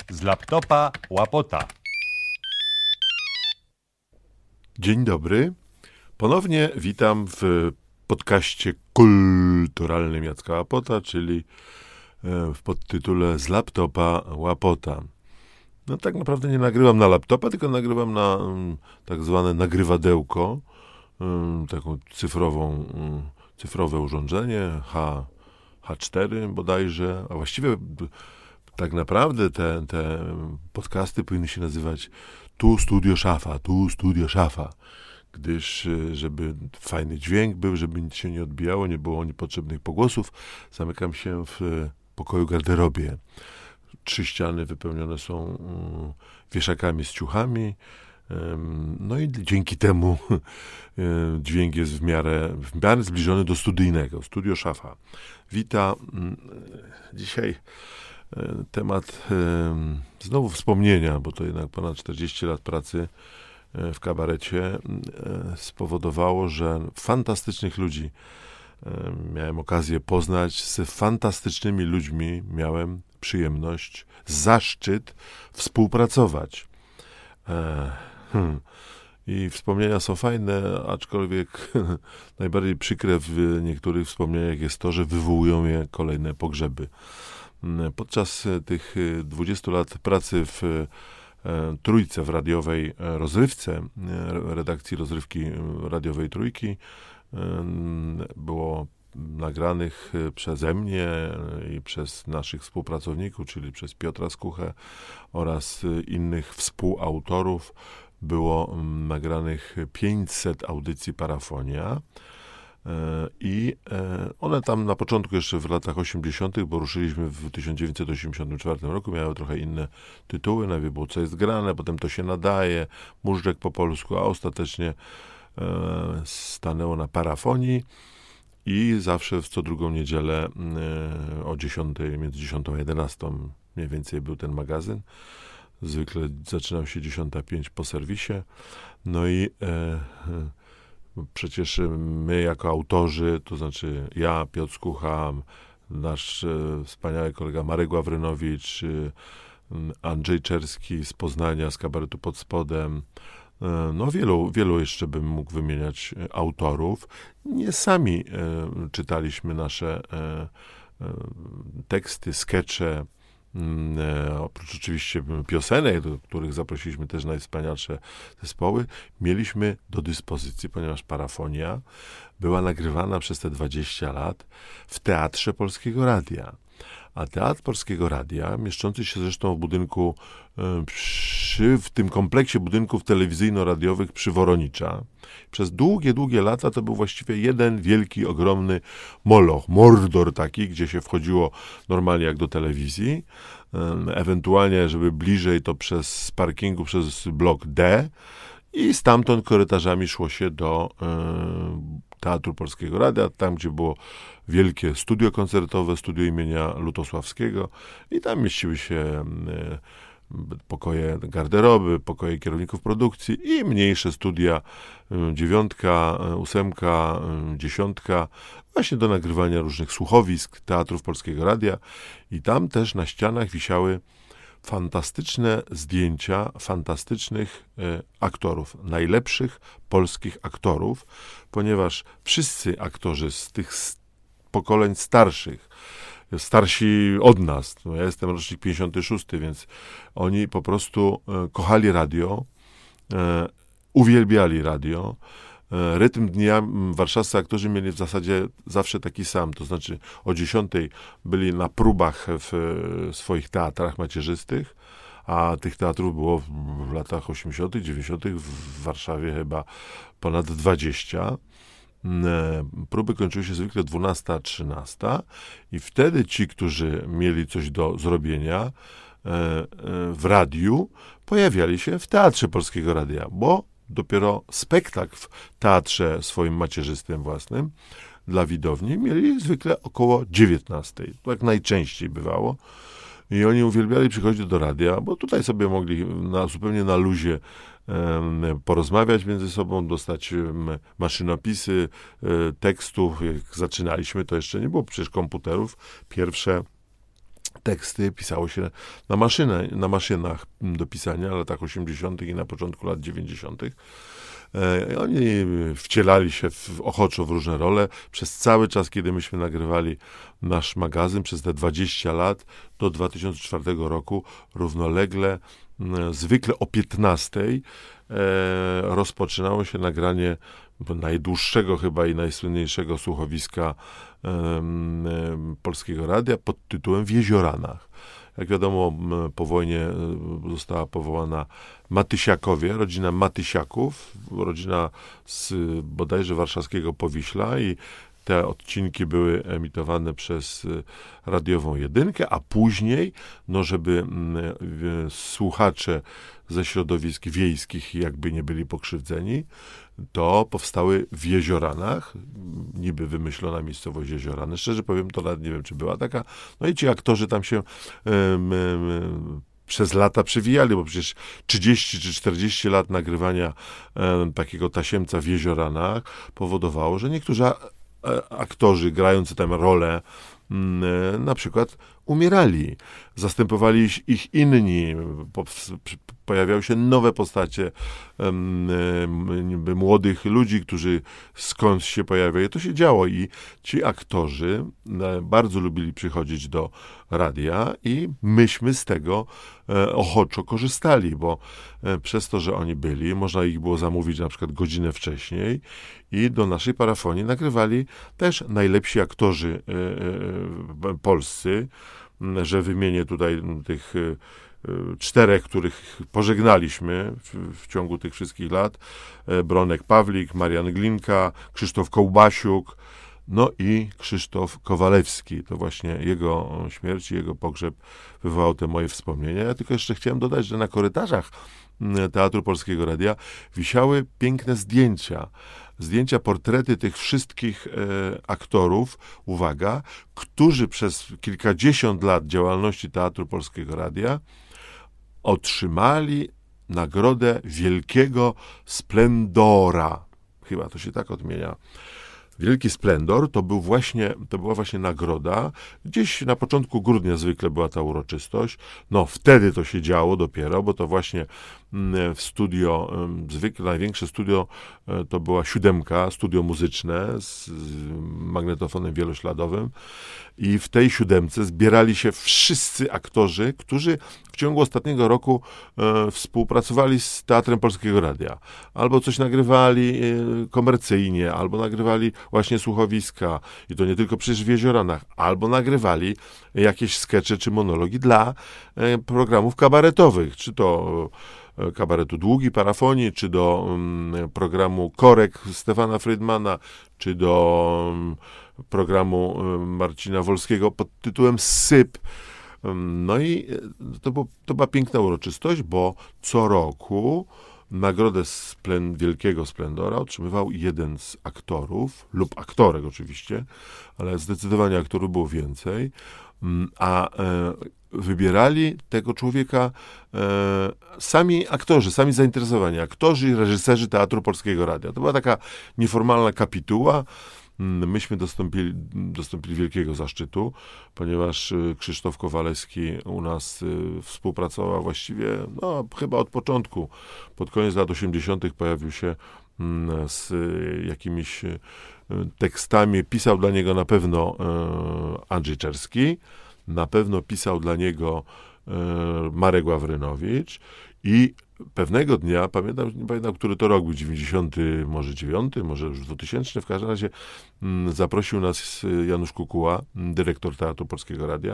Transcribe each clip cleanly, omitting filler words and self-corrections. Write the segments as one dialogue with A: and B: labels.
A: Z laptopa łapota.
B: Dzień dobry. Ponownie witam w podcaście kulturalnym Jacka Łapota, czyli w podtytule Z laptopa łapota. No tak naprawdę nie nagrywam na laptopa, tylko nagrywam na tak zwane nagrywadełko, taką cyfrowe urządzenie H4 bodajże, a właściwie tak naprawdę te podcasty powinny się nazywać Tu Studio Szafa, gdyż żeby fajny dźwięk był, żeby nic się nie odbijało, nie było niepotrzebnych pogłosów, zamykam się w pokoju garderobie. 3 ściany wypełnione są wieszakami z ciuchami, no i dzięki temu dźwięk jest w miarę zbliżony do studyjnego. Studio Szafa. Wita dzisiaj temat znowu wspomnienia, bo to jednak ponad 40 lat pracy w kabarecie spowodowało, że fantastycznych ludzi miałem okazję poznać, z fantastycznymi ludźmi miałem przyjemność, zaszczyt współpracować. I wspomnienia są fajne, aczkolwiek najbardziej przykre w niektórych wspomnieniach jest to, że wywołują je kolejne pogrzeby. Podczas tych 20 lat pracy w Trójce, w radiowej rozrywce, redakcji rozrywki radiowej Trójki, było nagranych przeze mnie i przez naszych współpracowników, czyli przez Piotra Skuchę oraz innych współautorów, było nagranych 500 audycji Parafonia. I one tam na początku, jeszcze w latach 80., bo ruszyliśmy w 1984 roku, miały trochę inne tytuły. Najpierw było Co jest grane, potem To się nadaje, Móżdżek po polsku, a ostatecznie stanęło na Parafonii i zawsze w co drugą niedzielę o 10, między 10 a 11 mniej więcej był ten magazyn. Zwykle zaczynał się 10:05 po serwisie. No i przecież my jako autorzy, to znaczy ja, Piotr Skucha, nasz wspaniały kolega Marek Ławrynowicz, Andrzej Czerski z Poznania, z kabaretu Pod Spodem, no wielu jeszcze bym mógł wymieniać autorów. Nie sami czytaliśmy nasze teksty, skecze, oprócz oczywiście piosenek, do których zaprosiliśmy też najwspanialsze zespoły, mieliśmy do dyspozycji, ponieważ Parafonia była nagrywana przez te 20 lat w Teatrze Polskiego Radia. A Teatr Polskiego Radia, mieszczący się zresztą w budynku, w tym kompleksie budynków telewizyjno-radiowych przy Woronicza, przez długie lata to był właściwie jeden wielki, ogromny moloch, mordor taki, gdzie się wchodziło normalnie jak do telewizji, ewentualnie, żeby bliżej, to z parkingu przez blok D i stamtąd korytarzami szło się do Teatru Polskiego Radia, tam gdzie było wielkie studio koncertowe, studio imienia Lutosławskiego i tam mieściły się pokoje garderoby, pokoje kierowników produkcji i mniejsze studia, 9, 8, 10, właśnie do nagrywania różnych słuchowisk Teatrów Polskiego Radia i tam też na ścianach wisiały fantastyczne zdjęcia fantastycznych aktorów, najlepszych polskich aktorów, ponieważ wszyscy aktorzy z tych pokoleń starsi od nas, no ja jestem rocznik 56, więc oni po prostu kochali radio, uwielbiali radio. Rytm dnia warszawscy aktorzy mieli w zasadzie zawsze taki sam, to znaczy o 10 byli na próbach w swoich teatrach macierzystych, a tych teatrów było w latach 80., 90. w Warszawie chyba ponad 20. Próby kończyły się zwykle 12, 13 i wtedy ci, którzy mieli coś do zrobienia w radiu, pojawiali się w Teatrze Polskiego Radia, bo dopiero spektakl w teatrze swoim macierzystym własnym dla widowni mieli zwykle około 19. Tak najczęściej bywało. I oni uwielbiali przychodzić do radia, bo tutaj sobie mogli zupełnie na luzie porozmawiać między sobą, dostać maszynopisy tekstów. Jak zaczynaliśmy, to jeszcze nie było przecież komputerów. Pierwsze teksty pisało się na maszynach do pisania w latach 80. i na początku lat 90. Oni wcielali się ochoczo w różne role. Przez cały czas, kiedy myśmy nagrywali nasz magazyn, przez te 20 lat do 2004 roku, równolegle, zwykle o 15:00 rozpoczynało się nagranie najdłuższego chyba i najsłynniejszego słuchowiska Polskiego Radia pod tytułem W Jezioranach. Jak wiadomo, po wojnie została powołana Matysiakowie, rodzina Matysiaków, rodzina z bodajże warszawskiego Powiśla, i te odcinki były emitowane przez radiową Jedynkę, a później, żeby słuchacze ze środowisk wiejskich jakby nie byli pokrzywdzeni, to powstały w Jezioranach, niby wymyślona miejscowość Jeziorany. Szczerze powiem, to nawet nie wiem, czy była taka. No i ci aktorzy tam się przez lata przewijali, bo przecież 30 czy 40 lat nagrywania takiego tasiemca w Jezioranach powodowało, że niektórzy aktorzy grający tam rolę na przykład umierali, zastępowali ich inni, pojawiały się nowe postacie młodych ludzi, którzy skądś się pojawiają. To się działo i ci aktorzy bardzo lubili przychodzić do radia i myśmy z tego ochoczo korzystali, bo przez to, że oni byli, można ich było zamówić na przykład godzinę wcześniej i do naszej parafonii nagrywali też najlepsi aktorzy polscy, że wymienię tutaj tych 4, których pożegnaliśmy w ciągu tych wszystkich lat. Bronek Pawlik, Marian Glinka, Krzysztof Kołbasiuk, no i Krzysztof Kowalewski. To właśnie jego śmierć, jego pogrzeb wywołał te moje wspomnienia. Ja tylko jeszcze chciałem dodać, że na korytarzach Teatru Polskiego Radia wisiały piękne zdjęcia, portrety tych wszystkich aktorów, uwaga, którzy przez kilkadziesiąt lat działalności Teatru Polskiego Radia otrzymali nagrodę Wielkiego Splendora. Chyba to się tak odmienia. Wielki Splendor to była właśnie nagroda. Gdzieś na początku grudnia zwykle była ta uroczystość. No wtedy to się działo dopiero, bo to właśnie w studio, zwykle największe studio to była 7, studio muzyczne z magnetofonem wielośladowym, i w tej 7 zbierali się wszyscy aktorzy, którzy w ciągu ostatniego roku współpracowali z Teatrem Polskiego Radia. Albo coś nagrywali komercyjnie, albo nagrywali właśnie słuchowiska, i to nie tylko przecież w Jezioranach, albo nagrywali jakieś skecze czy monologi dla programów kabaretowych, czy to kabaretu Długi Parafonii, czy do programu Korek Stefana Friedmana, czy do programu Marcina Wolskiego pod tytułem Syp. No i to była piękna uroczystość, bo co roku nagrodę Wielkiego Splendora otrzymywał jeden z aktorów, lub aktorek oczywiście, ale zdecydowanie aktorów było więcej, a wybierali tego człowieka sami aktorzy, sami zainteresowani, aktorzy i reżyserzy Teatru Polskiego Radia. To była taka nieformalna kapituła. Myśmy dostąpili wielkiego zaszczytu, ponieważ Krzysztof Kowalewski u nas współpracował właściwie, chyba od początku. Pod koniec lat 80. pojawił się z jakimiś tekstami. Pisał dla niego na pewno Andrzej Czerski, na pewno pisał dla niego Marek Ławrynowicz, i pewnego dnia, nie pamiętam, który to rok był, 90, może 9, może już 2000, w każdym razie zaprosił nas Janusz Kukuła, dyrektor Teatru Polskiego Radia,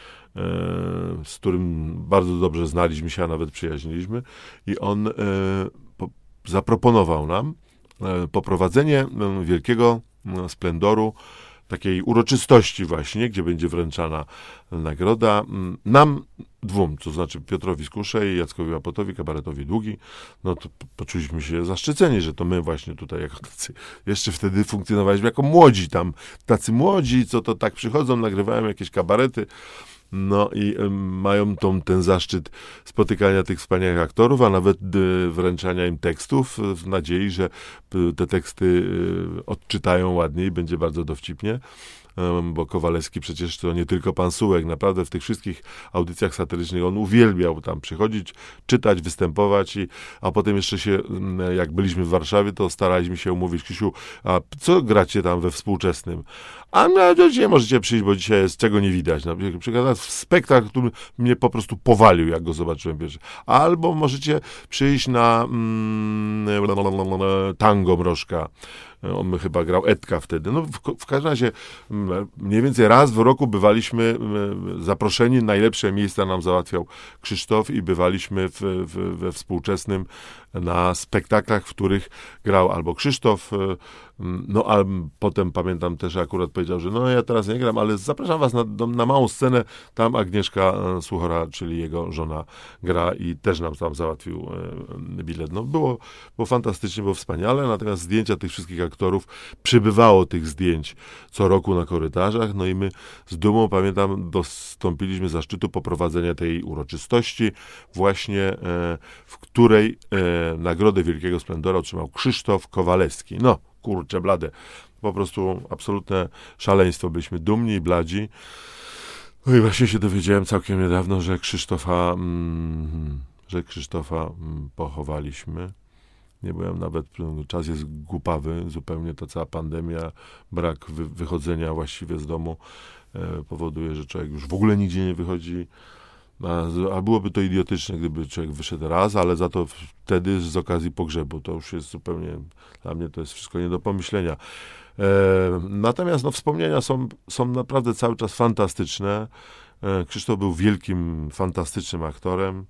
B: z którym bardzo dobrze znaliśmy się, a nawet przyjaźniliśmy, i on zaproponował nam poprowadzenie Wielkiego Splendoru, takiej uroczystości właśnie, gdzie będzie wręczana nagroda nam 2, to znaczy Piotrowi Skuszej, Jackowi Łapotowi, kabaretowi Długi. No to poczuliśmy się zaszczyceni, że to my właśnie tutaj jako tacy, jeszcze wtedy funkcjonowaliśmy jako młodzi tam, tacy młodzi, co to tak przychodzą, nagrywają jakieś kabarety, no i mają ten zaszczyt spotykania tych wspaniałych aktorów, a nawet wręczania im tekstów w nadziei, że te teksty odczytają ładnie i będzie bardzo dowcipnie. bo Kowalewski przecież to nie tylko pan Sułek, naprawdę w tych wszystkich audycjach satyrycznych on uwielbiał tam przychodzić, czytać, występować, a potem jeszcze się, jak byliśmy w Warszawie, to staraliśmy się umówić, Krzysiu, a co gracie tam we współczesnym? A no, dzisiaj możecie przyjść, bo dzisiaj jest czego nie widać. Na przykład spektakl, który mnie po prostu powalił, jak go zobaczyłem pierwszy. Albo możecie przyjść na tango Mrożka. On chyba grał Edka wtedy. No w każdym razie mniej więcej raz w roku bywaliśmy zaproszeni, najlepsze miejsca nam załatwiał Krzysztof i bywaliśmy we współczesnym na spektaklach, w których grał albo Krzysztof, no a potem pamiętam też, akurat powiedział, że no ja teraz nie gram, ale zapraszam was na małą scenę, tam Agnieszka Suchora, czyli jego żona, gra i też nam tam załatwił bilet. No było fantastycznie, było wspaniale, natomiast zdjęcia tych wszystkich aktorów, przybywało tych zdjęć co roku na korytarzach, no i my z dumą, pamiętam, dostąpiliśmy zaszczytu poprowadzenia tej uroczystości właśnie, w której Nagrodę Wielkiego Splendora otrzymał Krzysztof Kowalewski. No, kurczę blade. Po prostu absolutne szaleństwo. Byliśmy dumni i bladzi. No i właśnie się dowiedziałem całkiem niedawno, że Krzysztofa pochowaliśmy. Nie byłem nawet, czas jest głupawy, zupełnie ta cała pandemia, brak wychodzenia właściwie z domu powoduje, że człowiek już w ogóle nigdzie nie wychodzi. A byłoby to idiotyczne, gdyby człowiek wyszedł raz, ale za to wtedy z okazji pogrzebu. To już jest zupełnie, dla mnie to jest wszystko nie do pomyślenia. Natomiast no, wspomnienia są naprawdę cały czas fantastyczne. Krzysztof był wielkim, fantastycznym aktorem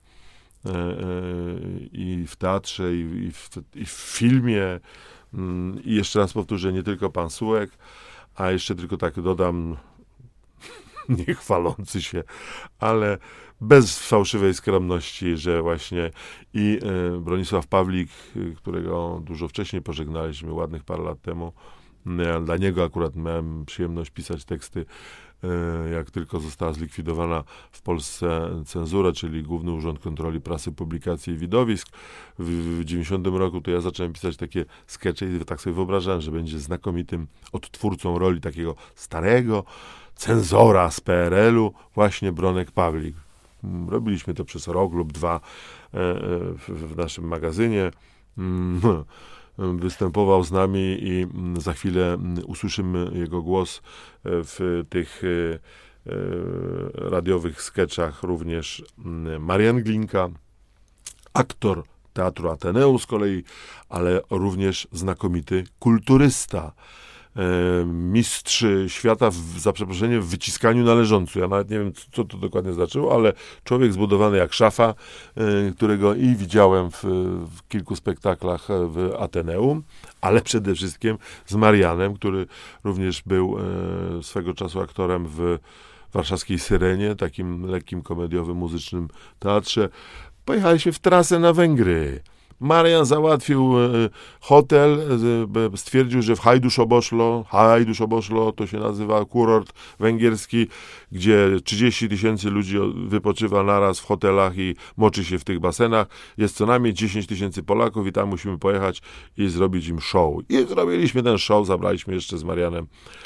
B: i w teatrze, i w filmie. I jeszcze raz powtórzę, nie tylko pan Sułek, a jeszcze tylko tak dodam, nie chwalący się, ale bez fałszywej skromności, że właśnie i Bronisław Pawlik, którego dużo wcześniej pożegnaliśmy, ładnych parę lat temu, dla niego akurat miałem przyjemność pisać teksty, jak tylko została zlikwidowana w Polsce cenzura, czyli Główny Urząd Kontroli Prasy, Publikacji i Widowisk. W 90 roku to ja zacząłem pisać takie skecze i tak sobie wyobrażałem, że będzie znakomitym odtwórcą roli takiego starego cenzora z PRL-u, właśnie Bronek Pawlik. Robiliśmy to przez rok lub dwa w naszym magazynie. Występował z nami i za chwilę usłyszymy jego głos w tych radiowych skeczach również Marian Glinka, aktor Teatru Ateneum z kolei, ale również znakomity kulturysta. Mistrz świata za przeproszeniem w wyciskaniu należącu. Ja nawet nie wiem, co to dokładnie znaczyło, ale człowiek zbudowany jak szafa, którego i widziałem w kilku spektaklach w Ateneum, ale przede wszystkim z Marianem, który również był swego czasu aktorem w warszawskiej Syrenie, takim lekkim komediowym, muzycznym teatrze. Pojechaliśmy w trasę na Węgry. Marian załatwił hotel, stwierdził, że w Hajdúszoboszlo to się nazywa kurort węgierski, gdzie 30 000 ludzi wypoczywa naraz w hotelach i moczy się w tych basenach. Jest co najmniej 10 000 Polaków i tam musimy pojechać i zrobić im show. I zrobiliśmy ten show, zabraliśmy jeszcze z Marianem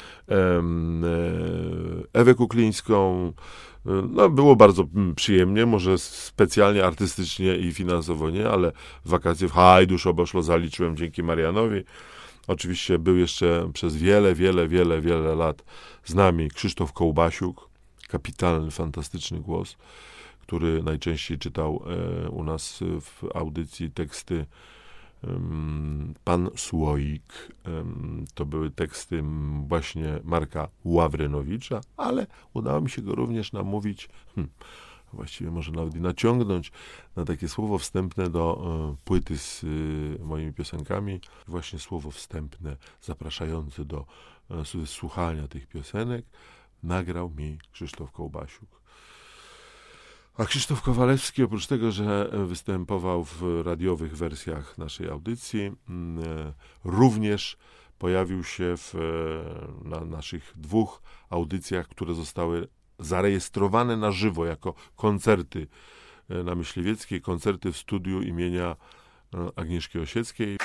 B: Ewę Kuklińską. No, było bardzo przyjemnie, może specjalnie artystycznie i finansowo nie, ale wakacje w Hajdúszoboszlo zaliczyłem dzięki Marianowi. Oczywiście był jeszcze przez wiele lat z nami Krzysztof Kołbasiuk, kapitalny, fantastyczny głos, który najczęściej czytał u nas w audycji teksty Pan Słoik. To były teksty właśnie Marka Ławrynowicza, ale udało mi się go również namówić, właściwie może nawet i naciągnąć na takie słowo wstępne do płyty z moimi piosenkami. Właśnie słowo wstępne, zapraszające do słuchania tych piosenek, nagrał mi Krzysztof Kołbasiuk. A Krzysztof Kowalewski, oprócz tego, że występował w radiowych wersjach naszej audycji, również pojawił się na naszych 2 audycjach, które zostały zarejestrowane na żywo jako koncerty na Myśliwieckiej, koncerty w studiu imienia Agnieszki Osieckiej.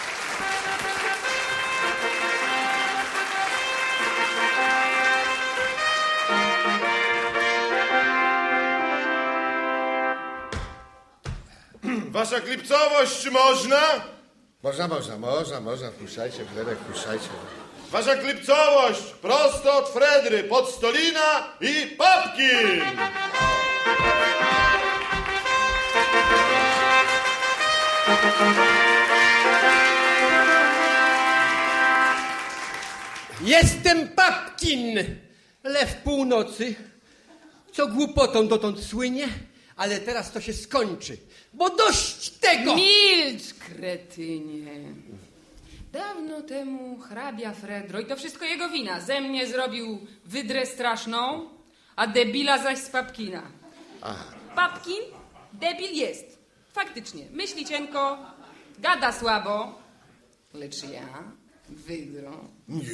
C: Wasza klipcowość, czy można?
D: Można. Puszczajcie, chlebek, puszczajcie.
C: Wasza klipcowość, prosto od Fredry, Podstolina i Papkin!
E: Jestem Papkin, lew północy, co głupotą dotąd słynie, ale teraz to się skończy, bo dość tego!
F: Milcz, kretynie. Dawno temu hrabia Fredro, i to wszystko jego wina, ze mnie zrobił wydrę straszną, a debila zaś z Papkina. Papkin debil jest. Faktycznie, myśli cienko, gada słabo, lecz ja, wydro,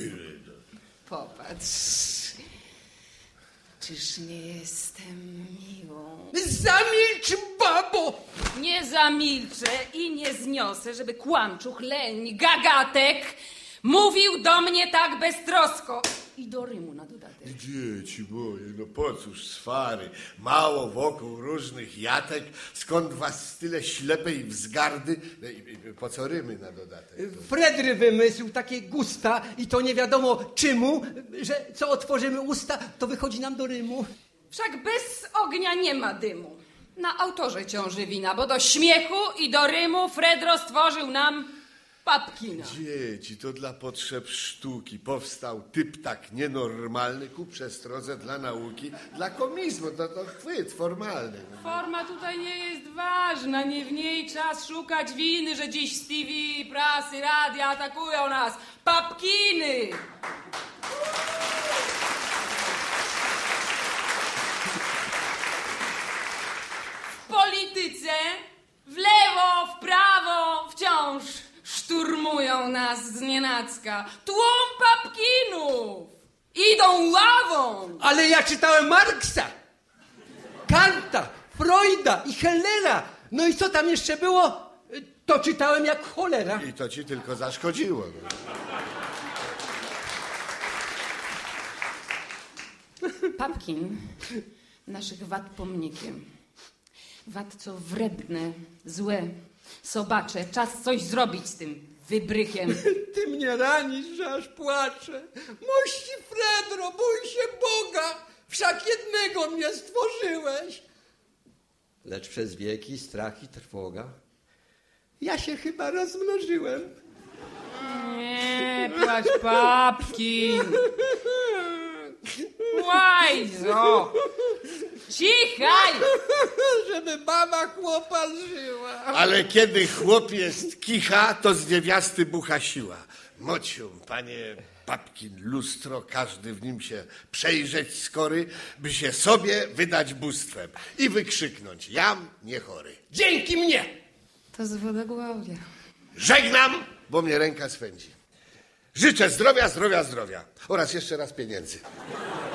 F: popatrz, czyż nie jestem miłą?
E: Zamilcz, babo!
F: Nie zamilczę i nie zniosę, żeby kłamczuch, leń, gagatek mówił do mnie tak beztrosko. I do Rymu na dodatek.
D: Dzieci moje, no po cóż swary? Mało wokół różnych jatek, skąd was tyle ślepej wzgardy? Po co Rymy na dodatek?
E: Fredry wymysł takie gusta i to nie wiadomo czymu, że co otworzymy usta, to wychodzi nam do Rymu.
F: Wszak bez ognia nie ma dymu. Na autorze ciąży wina, bo do śmiechu i do Rymu Fredro stworzył nam Papkina.
D: Dzieci, to dla potrzeb sztuki powstał typ tak nienormalny ku przestrodze dla nauki, dla komizmu, to chwyt formalny.
F: Forma tutaj nie jest ważna, nie w niej czas szukać winy, że dziś z TV, prasy, radia atakują nas. Papkiny! W polityce w lewo, w prawo wciąż szturmują nas znienacka. Tłum Papkinów! Idą ławą!
E: Ale ja czytałem Marksa, Kanta, Freuda i Hellera. No i co tam jeszcze było? To czytałem jak cholera.
D: I to ci tylko zaszkodziło.
F: Papkin naszych wad pomnikiem. Wad, co wredne, złe, sobacze. Czas coś zrobić z tym wybrykiem.
E: Ty mnie ranisz, że aż płaczę. Mości Fredro, bój się Boga. Wszak jednego mnie stworzyłeś. Lecz przez wieki strach i trwoga. Ja się chyba rozmnożyłem.
F: Nie płacz, Papkin. Łajzo! Cichaj!
E: Żeby baba chłopa żyła.
D: Ale kiedy chłop jest kicha, to z niewiasty bucha siła. Mociu, panie Papkin, lustro, każdy w nim się przejrzeć skory, by się sobie wydać bóstwem i wykrzyknąć: jam nie chory.
E: Dzięki mnie!
F: To z wodogłowia.
D: Żegnam, bo mnie ręka swędzi. Życzę zdrowia oraz jeszcze raz pieniędzy.